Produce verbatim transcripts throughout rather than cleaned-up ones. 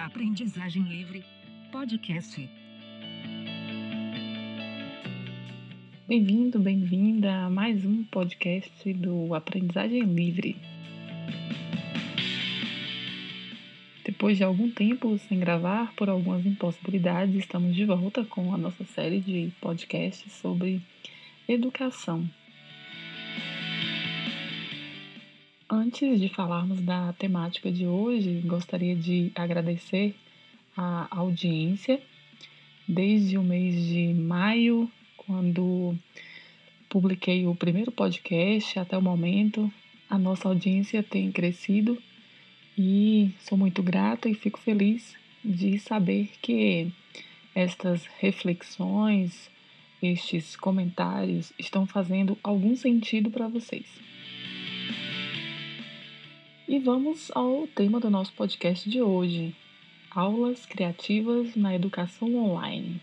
Aprendizagem Livre Podcast. Bem-vindo, bem-vinda a mais um podcast do Aprendizagem Livre. Depois de algum tempo sem gravar, por algumas impossibilidades, estamos de volta com a nossa série de podcasts sobre educação. Antes de falarmos da temática de hoje, gostaria de agradecer a audiência. Desde o mês de maio, quando publiquei o primeiro podcast, até o momento, a nossa audiência tem crescido e sou muito grata e fico feliz de saber que estas reflexões, estes comentários estão fazendo algum sentido para vocês. E vamos ao tema do nosso podcast de hoje: aulas criativas na educação online.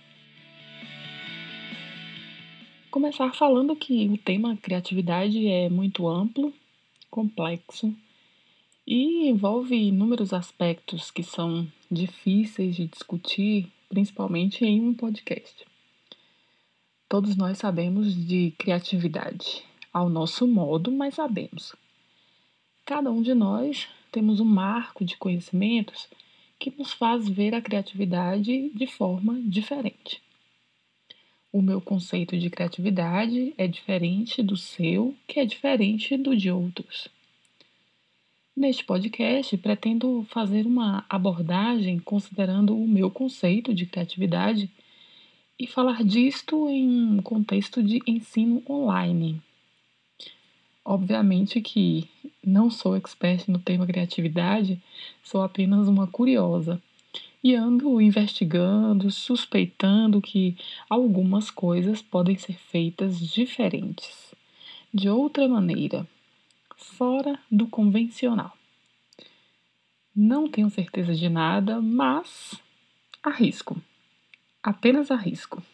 Começar falando que o tema criatividade é muito amplo, complexo e envolve inúmeros aspectos que são difíceis de discutir, principalmente em um podcast. Todos nós sabemos de criatividade, ao nosso modo, mas sabemos. Cada um de nós temos um marco de conhecimentos que nos faz ver a criatividade de forma diferente. O meu conceito de criatividade é diferente do seu, que é diferente do de outros. Neste podcast, pretendo fazer uma abordagem considerando o meu conceito de criatividade e falar disto em um contexto de ensino online. Obviamente que não sou expert no tema criatividade, sou apenas uma curiosa e ando investigando, suspeitando que algumas coisas podem ser feitas diferentes, de outra maneira, fora do convencional. Não tenho certeza de nada, mas arrisco. Apenas arrisco.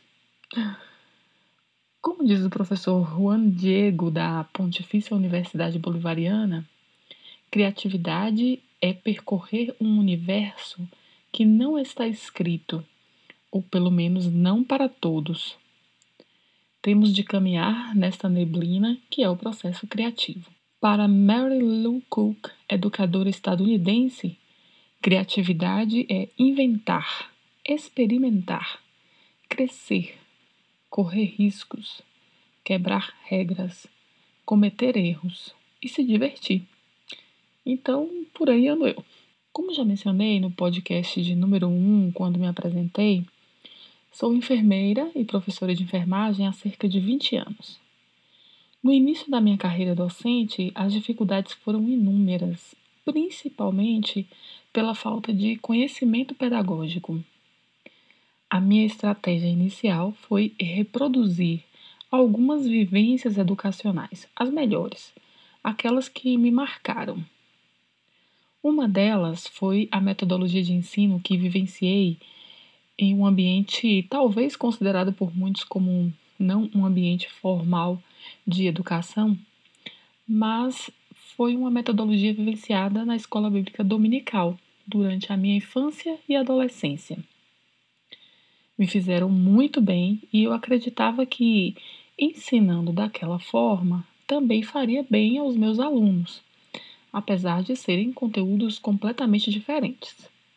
Como diz o professor Juan Diego, da Pontifícia Universidade Bolivariana, criatividade é percorrer um universo que não está escrito, ou pelo menos não para todos. Temos de caminhar nesta neblina que é o processo criativo. Para Mary Lou Cook, educadora estadunidense, criatividade é inventar, experimentar, crescer, correr riscos, quebrar regras, cometer erros e se divertir. Então, por aí ando eu. Como já mencionei no podcast de número um, quando me apresentei, sou enfermeira e professora de enfermagem há cerca de vinte anos. No início da minha carreira docente, as dificuldades foram inúmeras, principalmente pela falta de conhecimento pedagógico. A minha estratégia inicial foi reproduzir algumas vivências educacionais, as melhores, aquelas que me marcaram. Uma delas foi a metodologia de ensino que vivenciei em um ambiente talvez considerado por muitos como não um ambiente formal de educação, mas foi uma metodologia vivenciada na escola bíblica dominical durante a minha infância e adolescência. Me fizeram muito bem e eu acreditava que, ensinando daquela forma, também faria bem aos meus alunos, apesar de serem conteúdos completamente diferentes.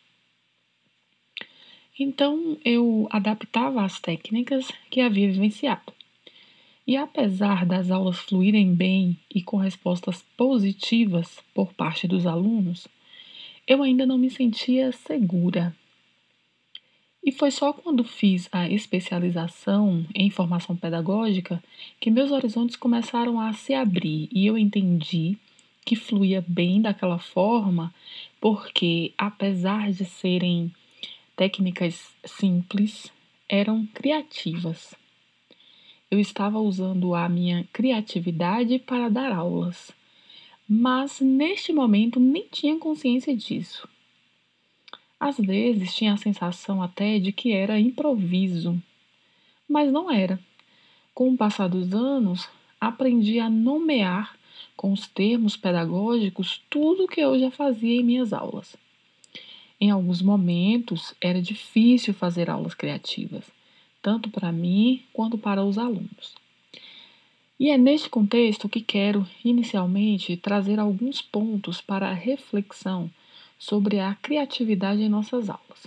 Então, eu adaptava as técnicas que havia vivenciado. E apesar das aulas fluírem bem e com respostas positivas por parte dos alunos, eu ainda não me sentia segura. E foi só quando fiz a especialização em formação pedagógica que meus horizontes começaram a se abrir e eu entendi que fluía bem daquela forma, porque apesar de serem técnicas simples, eram criativas. Eu estava usando a minha criatividade para dar aulas, mas neste momento nem tinha consciência disso. Às vezes tinha a sensação até de que era improviso, mas não era. Com o passar dos anos, aprendi a nomear com os termos pedagógicos tudo o que eu já fazia em minhas aulas. Em alguns momentos, era difícil fazer aulas criativas, tanto para mim quanto para os alunos. E é neste contexto que quero, inicialmente, trazer alguns pontos para a reflexão sobre a criatividade em nossas aulas.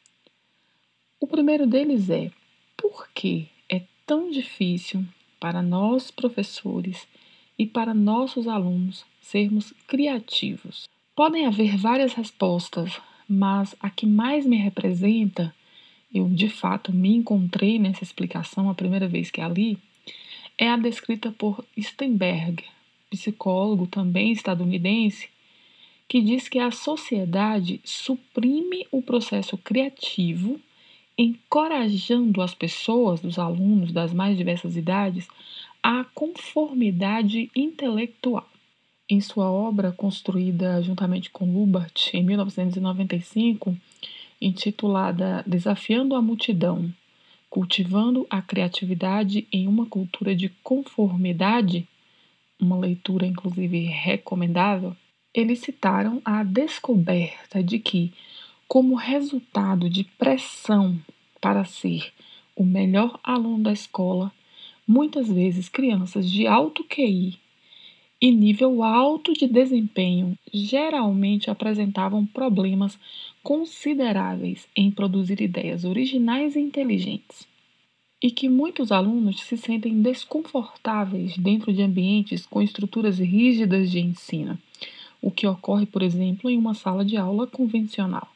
O primeiro deles é: por que é tão difícil para nós, professores, e para nossos alunos sermos criativos? Podem haver várias respostas, mas a que mais me representa, eu de fato me encontrei nessa explicação a primeira vez que a li, é a descrita por Steinberg, psicólogo também estadunidense, que diz que a sociedade suprime o processo criativo, encorajando as pessoas, os alunos das mais diversas idades, à conformidade intelectual. Em sua obra, construída juntamente com Lubart em mil novecentos e noventa e cinco, intitulada Desafiando a Multidão, Cultivando a Criatividade em uma Cultura de Conformidade, uma leitura inclusive recomendável, eles citaram a descoberta de que, como resultado de pressão para ser o melhor aluno da escola, muitas vezes crianças de alto Q I e nível alto de desempenho geralmente apresentavam problemas consideráveis em produzir ideias originais e inteligentes, e que muitos alunos se sentem desconfortáveis dentro de ambientes com estruturas rígidas de ensino, o que ocorre, por exemplo, em uma sala de aula convencional.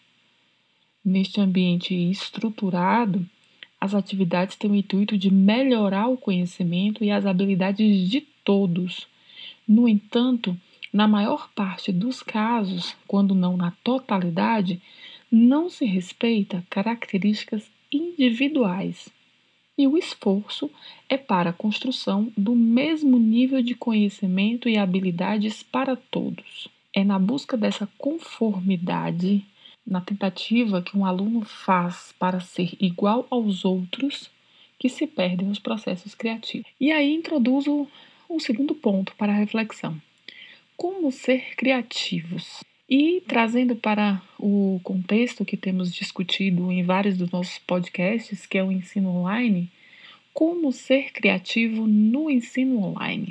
Neste ambiente estruturado, as atividades têm o intuito de melhorar o conhecimento e as habilidades de todos. No entanto, na maior parte dos casos, quando não na totalidade, não se respeita características individuais. E o esforço é para a construção do mesmo nível de conhecimento e habilidades para todos. É na busca dessa conformidade, na tentativa que um aluno faz para ser igual aos outros, que se perdem os processos criativos. E aí introduzo um segundo ponto para a reflexão: como ser criativos? E trazendo para o contexto que temos discutido em vários dos nossos podcasts, que é o ensino online, como ser criativo no ensino online?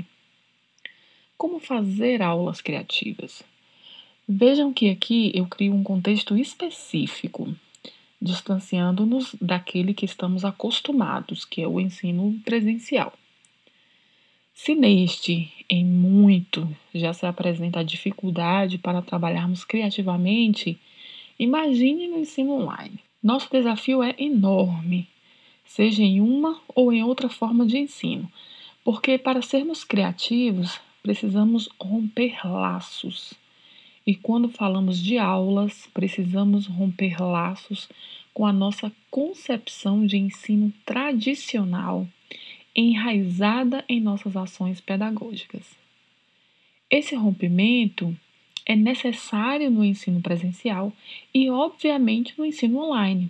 Como fazer aulas criativas? Vejam que aqui eu crio um contexto específico, distanciando-nos daquele que estamos acostumados, que é o ensino presencial. Se neste, em muito, já se apresenta a dificuldade para trabalharmos criativamente, imagine no ensino online. Nosso desafio é enorme, seja em uma ou em outra forma de ensino, porque para sermos criativos precisamos romper laços. E quando falamos de aulas, precisamos romper laços com a nossa concepção de ensino tradicional, enraizada em nossas ações pedagógicas. Esse rompimento é necessário no ensino presencial e, obviamente, no ensino online.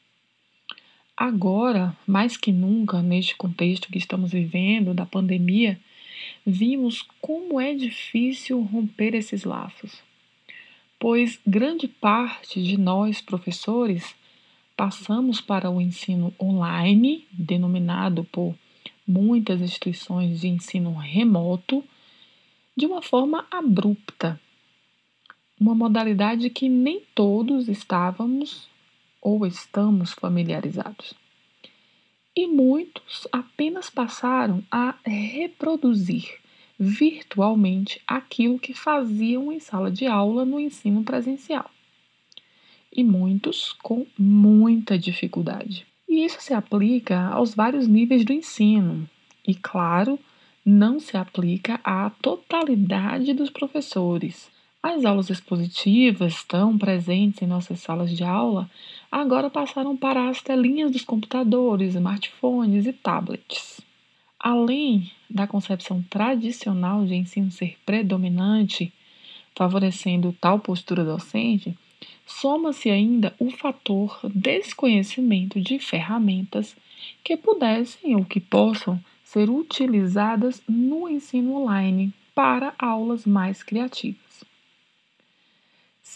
Agora, mais que nunca, neste contexto que estamos vivendo, da pandemia, vimos como é difícil romper esses laços, pois grande parte de nós, professores, passamos para o ensino online, denominado por muitas instituições de ensino remoto, de uma forma abrupta, uma modalidade que nem todos estávamos ou estamos familiarizados. E muitos apenas passaram a reproduzir virtualmente aquilo que faziam em sala de aula no ensino presencial. E muitos com muita dificuldade. E isso se aplica aos vários níveis do ensino. E, claro, não se aplica à totalidade dos professores. As aulas expositivas, tão presentes em nossas salas de aula, agora passaram para as telinhas dos computadores, smartphones e tablets. Além da concepção tradicional de ensino ser predominante, favorecendo tal postura docente, soma-se ainda o fator desconhecimento de ferramentas que pudessem ou que possam ser utilizadas no ensino online para aulas mais criativas.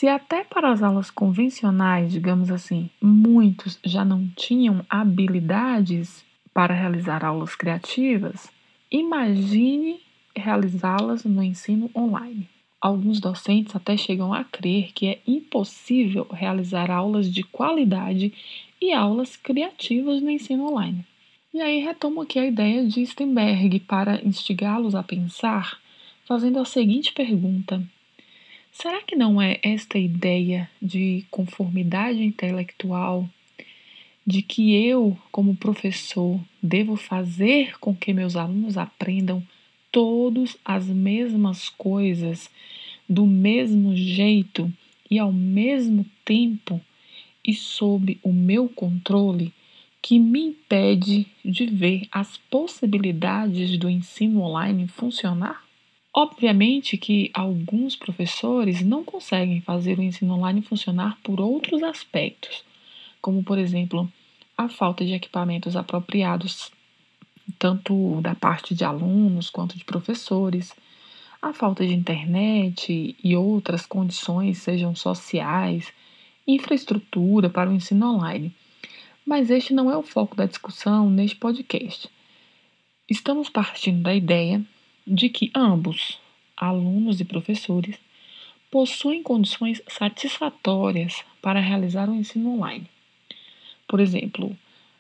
Se até para as aulas convencionais, digamos assim, muitos já não tinham habilidades para realizar aulas criativas, imagine realizá-las no ensino online. Alguns docentes até chegam a crer que é impossível realizar aulas de qualidade e aulas criativas no ensino online. E aí retomo aqui a ideia de Stenberg para instigá-los a pensar, fazendo a seguinte pergunta: será que não é esta ideia de conformidade intelectual, de que eu, como professor, devo fazer com que meus alunos aprendam todos as mesmas coisas, do mesmo jeito e ao mesmo tempo e sob o meu controle, que me impede de ver as possibilidades do ensino online funcionar? Obviamente que alguns professores não conseguem fazer o ensino online funcionar por outros aspectos, como, por exemplo, a falta de equipamentos apropriados, tanto da parte de alunos quanto de professores, a falta de internet e outras condições, sejam sociais, infraestrutura para o ensino online. Mas este não é o foco da discussão neste podcast. Estamos partindo da ideia de que ambos, alunos e professores, possuem condições satisfatórias para realizar o ensino online. Por exemplo,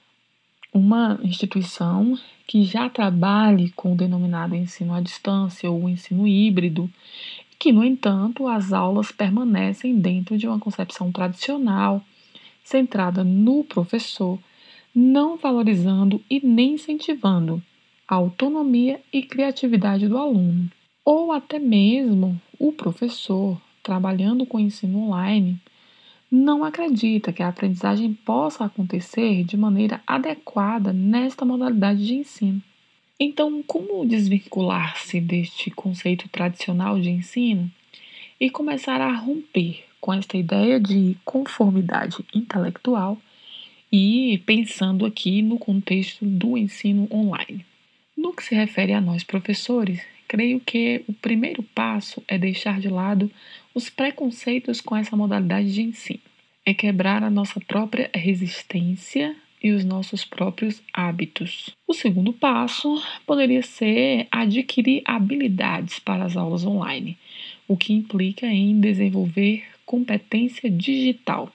uma instituição que já trabalhe com o denominado ensino à distância ou ensino híbrido, que, no entanto, as aulas permanecem dentro de uma concepção tradicional, centrada no professor, não valorizando e nem incentivando a autonomia e criatividade do aluno. Ou até mesmo o professor, trabalhando com ensino online, não acredita que a aprendizagem possa acontecer de maneira adequada nesta modalidade de ensino. Então, como desvincular-se deste conceito tradicional de ensino e começar a romper com esta ideia de conformidade intelectual e pensando aqui no contexto do ensino online? No que se refere a nós professores, creio que o primeiro passo é deixar de lado os preconceitos com essa modalidade de ensino. É quebrar a nossa própria resistência e os nossos próprios hábitos. O segundo passo poderia ser adquirir habilidades para as aulas online, o que implica em desenvolver competência digital.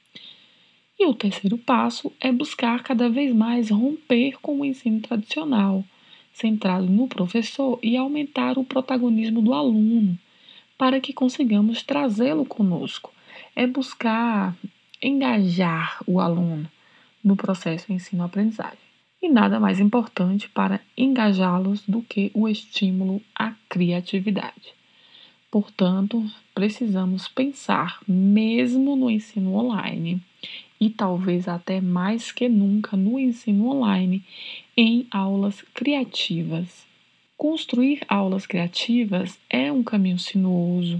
E o terceiro passo é buscar cada vez mais romper com o ensino tradicional, centrado no professor, e aumentar o protagonismo do aluno, para que consigamos trazê-lo conosco. É buscar engajar o aluno no processo de ensino-aprendizagem. E nada mais importante para engajá-los do que o estímulo à criatividade. Portanto, precisamos pensar, mesmo no ensino online, e talvez até mais que nunca no ensino online, em aulas criativas. Construir aulas criativas é um caminho sinuoso,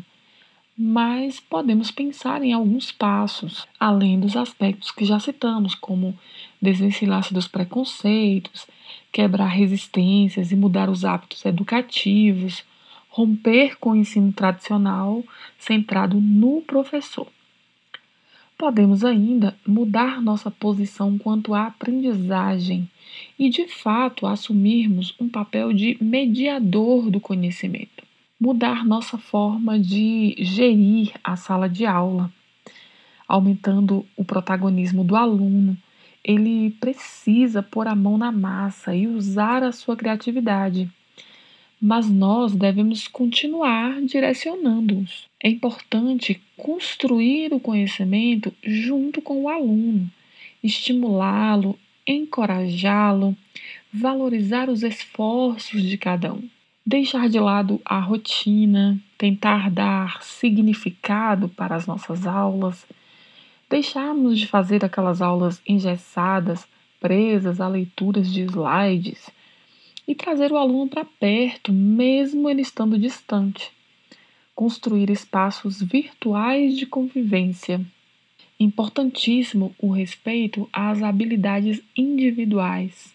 mas podemos pensar em alguns passos, além dos aspectos que já citamos, como desvencilhar-se dos preconceitos, quebrar resistências e mudar os hábitos educativos, romper com o ensino tradicional centrado no professor. Podemos ainda mudar nossa posição quanto à aprendizagem e, de fato, assumirmos um papel de mediador do conhecimento. Mudar nossa forma de gerir a sala de aula, aumentando o protagonismo do aluno. Ele precisa pôr a mão na massa e usar a sua criatividade, mas nós devemos continuar direcionando-os. É importante construir o conhecimento junto com o aluno, estimulá-lo, encorajá-lo, valorizar os esforços de cada um. Deixar de lado a rotina, tentar dar significado para as nossas aulas, deixarmos de fazer aquelas aulas engessadas, presas a leituras de slides, e trazer o aluno para perto, mesmo ele estando distante. Construir espaços virtuais de convivência. Importantíssimo o respeito às habilidades individuais.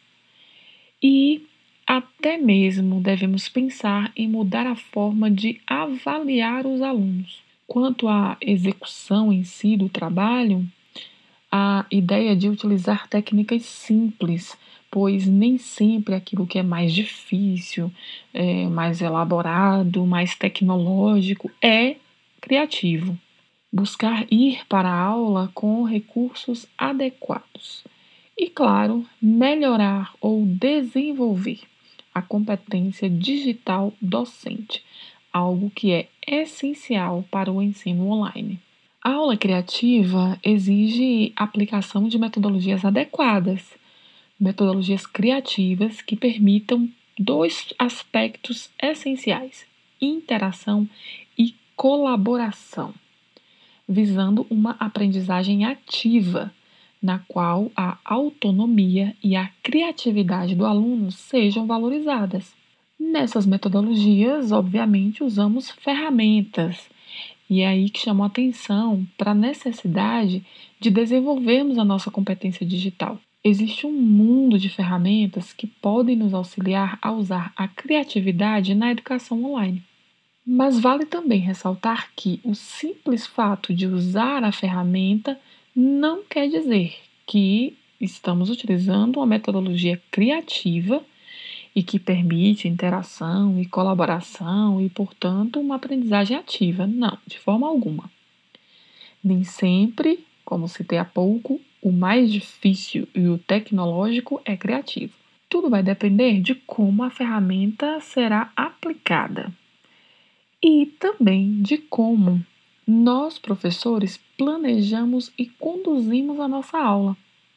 E até mesmo devemos pensar em mudar a forma de avaliar os alunos. Quanto à execução em si do trabalho, a ideia de utilizar técnicas simples, pois nem sempre aquilo que é mais difícil, é, mais elaborado, mais tecnológico é criativo. Buscar ir para a aula com recursos adequados. E, claro, melhorar ou desenvolver a competência digital docente, algo que é essencial para o ensino online. A aula criativa exige aplicação de metodologias adequadas, metodologias criativas que permitam dois aspectos essenciais: interação e colaboração, visando uma aprendizagem ativa, na qual a autonomia e a criatividade do aluno sejam valorizadas. Nessas metodologias, obviamente, usamos ferramentas, e é aí que chamou a atenção para a necessidade de desenvolvermos a nossa competência digital. Existe um mundo de ferramentas que podem nos auxiliar a usar a criatividade na educação online. Mas vale também ressaltar que o simples fato de usar a ferramenta não quer dizer que estamos utilizando uma metodologia criativa e que permite interação e colaboração e, portanto, uma aprendizagem ativa. Não, de forma alguma. Nem sempre, como citei há pouco, o mais difícil e o tecnológico é criativo. Tudo vai depender de como a ferramenta será aplicada e também de como nós, professores, planejamos e conduzimos a nossa aula.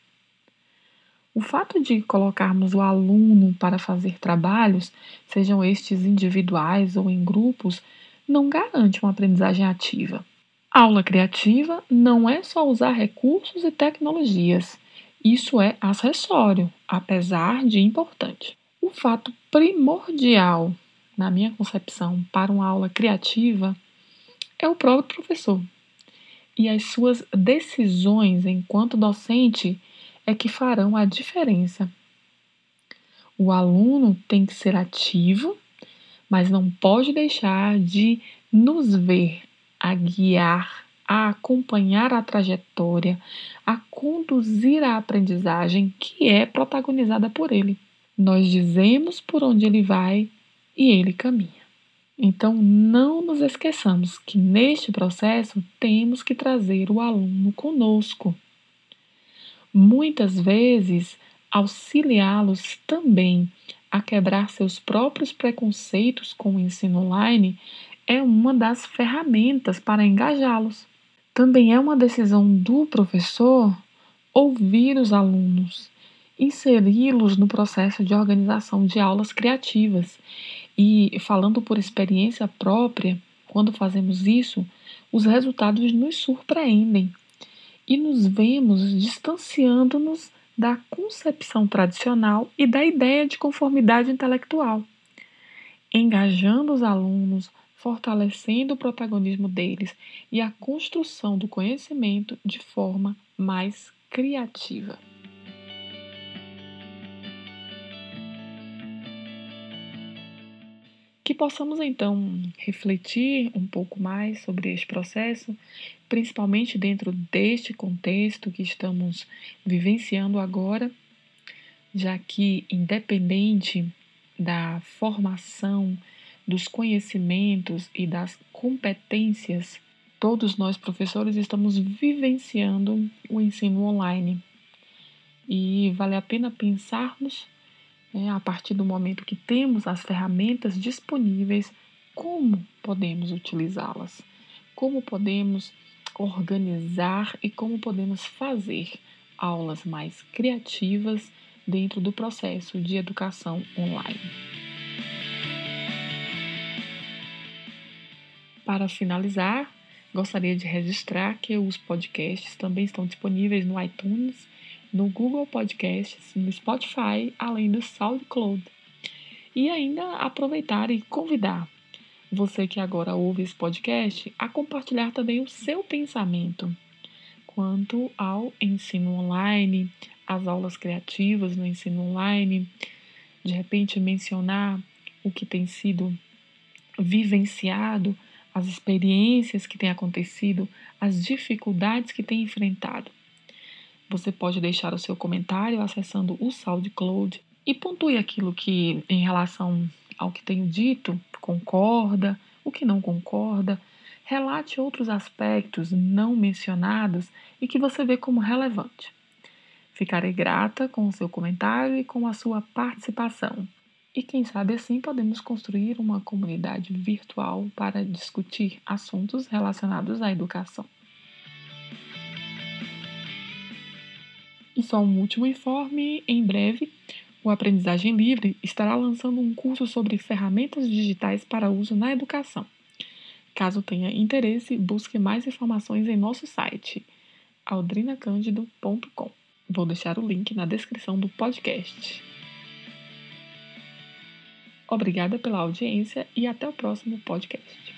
O fato de colocarmos o aluno para fazer trabalhos, sejam estes individuais ou em grupos, não garante uma aprendizagem ativa. Aula criativa não é só usar recursos e tecnologias. Isso é acessório, apesar de importante. O fato primordial, na minha concepção, para uma aula criativa é o próprio professor. E as suas decisões enquanto docente é que farão a diferença. O aluno tem que ser ativo, mas não pode deixar de nos ver, a guiar, a acompanhar a trajetória, a conduzir a aprendizagem que é protagonizada por ele. Nós dizemos por onde ele vai e ele caminha. Então, não nos esqueçamos que neste processo temos que trazer o aluno conosco. Muitas vezes, auxiliá-los também a quebrar seus próprios preconceitos com o ensino online é uma das ferramentas para engajá-los. Também é uma decisão do professor ouvir os alunos, inseri-los no processo de organização de aulas criativas. E, falando por experiência própria, quando fazemos isso, os resultados nos surpreendem e nos vemos distanciando-nos da concepção tradicional e da ideia de conformidade intelectual, engajando os alunos, fortalecendo o protagonismo deles e a construção do conhecimento de forma mais criativa. Que possamos então refletir um pouco mais sobre este processo, principalmente dentro deste contexto que estamos vivenciando agora, já que, independente da formação, dos conhecimentos e das competências, todos nós, professores, estamos vivenciando o ensino online. E vale a pena pensarmos, né, a partir do momento que temos as ferramentas disponíveis, como podemos utilizá-las, como podemos organizar e como podemos fazer aulas mais criativas dentro do processo de educação online. Para finalizar, gostaria de registrar que os podcasts também estão disponíveis no iTunes, no Google Podcasts, no Spotify, além do SoundCloud. E ainda aproveitar e convidar você que agora ouve esse podcast a compartilhar também o seu pensamento quanto ao ensino online, às aulas criativas no ensino online, de repente mencionar o que tem sido vivenciado as experiências que têm acontecido, as dificuldades que tem enfrentado. Você pode deixar o seu comentário acessando o SoundCloud e pontue aquilo que, em relação ao que tenho dito, concorda, o que não concorda. Relate outros aspectos não mencionados e que você vê como relevante. Ficarei grata com o seu comentário e com a sua participação. E quem sabe assim podemos construir uma comunidade virtual para discutir assuntos relacionados à educação. E só um último informe: em breve, o Aprendizagem Livre estará lançando um curso sobre ferramentas digitais para uso na educação. Caso tenha interesse, busque mais informações em nosso site, aldrina cândido ponto com. Vou deixar o link na descrição do podcast. Obrigada pela audiência e até o próximo podcast.